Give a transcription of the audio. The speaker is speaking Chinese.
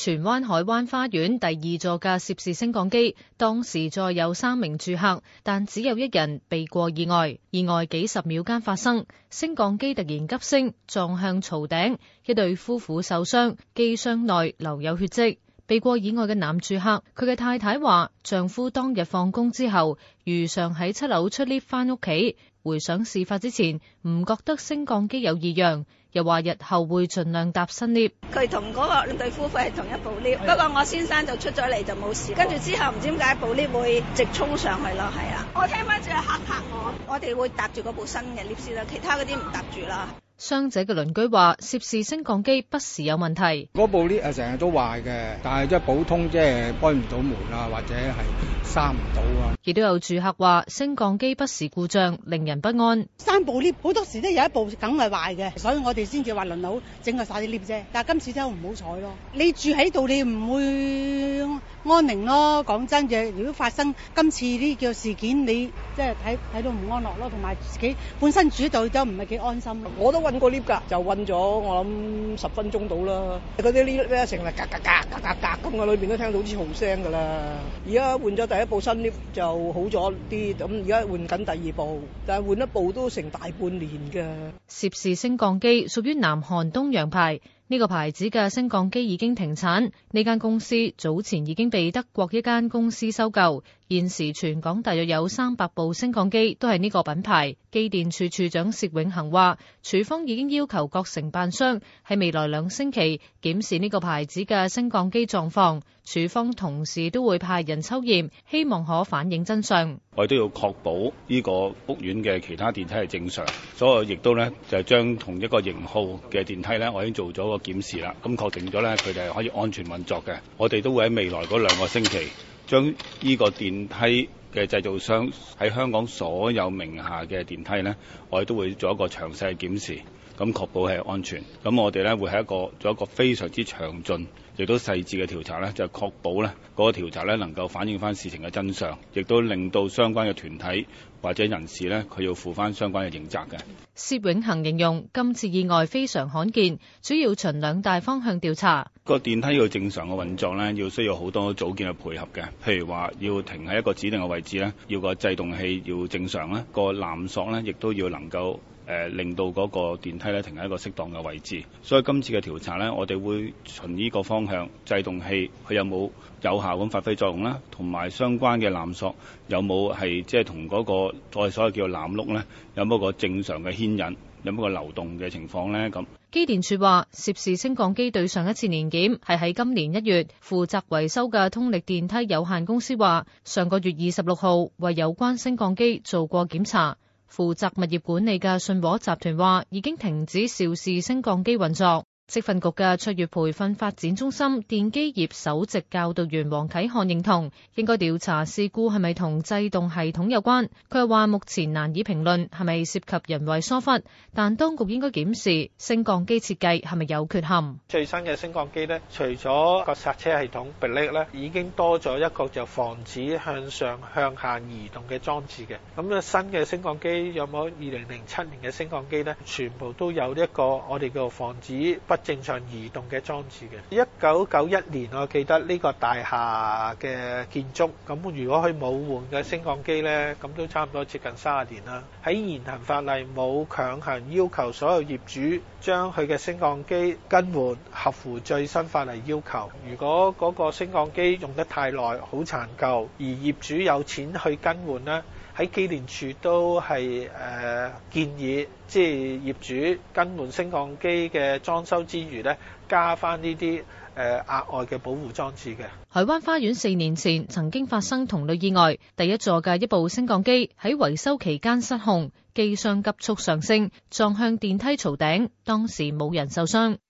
荃灣海灣花園第2座嘅涉事升降機，當時載有3名住客，但只有1人避過意外。意外幾十秒間發生，升降機突然急升，撞向槽頂，一對夫婦受傷，機箱內留有血跡。避過意外嘅男住客，佢嘅太太話，丈夫當日放工之後，如常喺7樓出 lift 返屋企，回想事發之前，唔覺得升降機有異樣，又話日後會盡量搭新 lift。 佢同嗰個對夫婦係同一部 lift，不過我先生就出咗嚟就冇事，跟住之後唔知點解部 lift 會直衝上去咯，係啊，我聽翻住嚇我哋會搭住嗰部新嘅 lift 先啦，其他嗰啲唔搭住啦。 傷者嘅鄰居話，涉事升降機不時有問題。 嗰部 lift 成日都壞嘅，但係即係普通即係開唔到門啊，或者係閂唔到啊。 亦都有住客話，升降機不時故障，令人不安。 3部 lift 好多時都有一部梗係壞嘅，所以我哋先至話輪流整個晒啲 lift 啫。但係今次真係唔好彩咯。你住喺度，你唔會安寧咯。講真嘅，如果發生今次呢個事件，你即係睇到唔安樂咯，同埋自己本身住喺度都唔係幾安心。 我都揾過 lift 㗎，就揾咗我諗10分鐘到啦。嗰啲 lift 咧成日格咁嘅，裏邊都聽到啲嘈聲㗎啦。而家換咗第一部新 lift 就好咗啲，咁而家換緊第2部，但係換一部都成大半年㗎。 涉事升降機屬於南韓東洋牌。呢個牌子嘅升降機已經停產，呢間公司早前已經被德國一間公司收購。現時全港大約有300部升降機都係呢個品牌。機電署署長薛永恒話，署方已經要求各承辦商喺未來2星期檢視呢個牌子嘅升降機狀況，署方同時都會派人抽驗，希望可反映真相。 我哋都要確保呢個屋苑嘅其他電梯係正常，所以亦都咧就係將同一個型號嘅電梯咧，我已經做咗個檢視啦，咁確定咗咧佢哋係可以安全運作嘅。我哋都會喺未來嗰2個星期，將呢個電梯嘅製造商喺香港所有名下嘅電梯咧，我哋都會做一個詳細嘅檢視，咁確保係安全。咁我哋咧會做一個非常之詳盡，亦都細緻嘅調查咧，就確保咧嗰個調查咧能夠反映翻事情嘅真相，亦都令到相關嘅團體或者人士咧，佢要負翻相關嘅刑責嘅。 薛永恒形容今次意外非常罕見，主要循2大方向調查。 個電梯要正常嘅運作咧，要需要好多組件去配合嘅，譬如話要停喺一個指定嘅位置咧，要個制動器要正常啦，個纜索咧亦都要能夠令到嗰個電梯咧停喺一個適當嘅位置。所以今次嘅調查咧，我哋會循呢個方向，制動器佢有冇有效咁發揮作用啦，同埋相關嘅纜索有冇係即係同嗰個我哋所謂叫纜轆咧，有冇個正常嘅牽引，有冇個流動嘅情況咧咁。 機電署話，涉事升降機對上一次年檢係喺今年1月，負責維修嘅通力電梯有限公司話，上個月26號為有關升降機做過檢查。負責物業管理嘅信和集團話，已經停止肇事升降機運作。職訓局嘅卓越培訓發展中心電機業首席教導員黃啟漢認同，應該調查事故係咪同制動系統有關。佢又話目前難以評論係咪涉及人為疏忽，但當局應該檢視升降機設計係咪有缺陷。 最新嘅升降機呢，除咗個剎車系統迫力呢，已經多咗一個就防止向上向下移動嘅裝置嘅。咁新嘅升降機有冇2007年嘅升降機呢，全部都有一個我哋叫防止不正常移動嘅裝置嘅。1991年我記得呢個大廈嘅建築，咁如果佢冇換嘅升降機呢，咁都差唔多接近30年啦。喺現行法例冇強行要求所有業主將佢嘅升降機更換合乎最新法例要求。如果嗰個升降機用得太耐好殘舊，而業主有錢去更換呢，喺機電署都係建議，即係業主更換升降機嘅裝修之餘呢，加翻呢啲額外嘅保護裝置嘅。 海灣花園4年前曾經發生同類意外，第1座嘅一部升降機喺維修期間失控，機箱急速上升，撞向電梯槽頂，當時冇人受傷。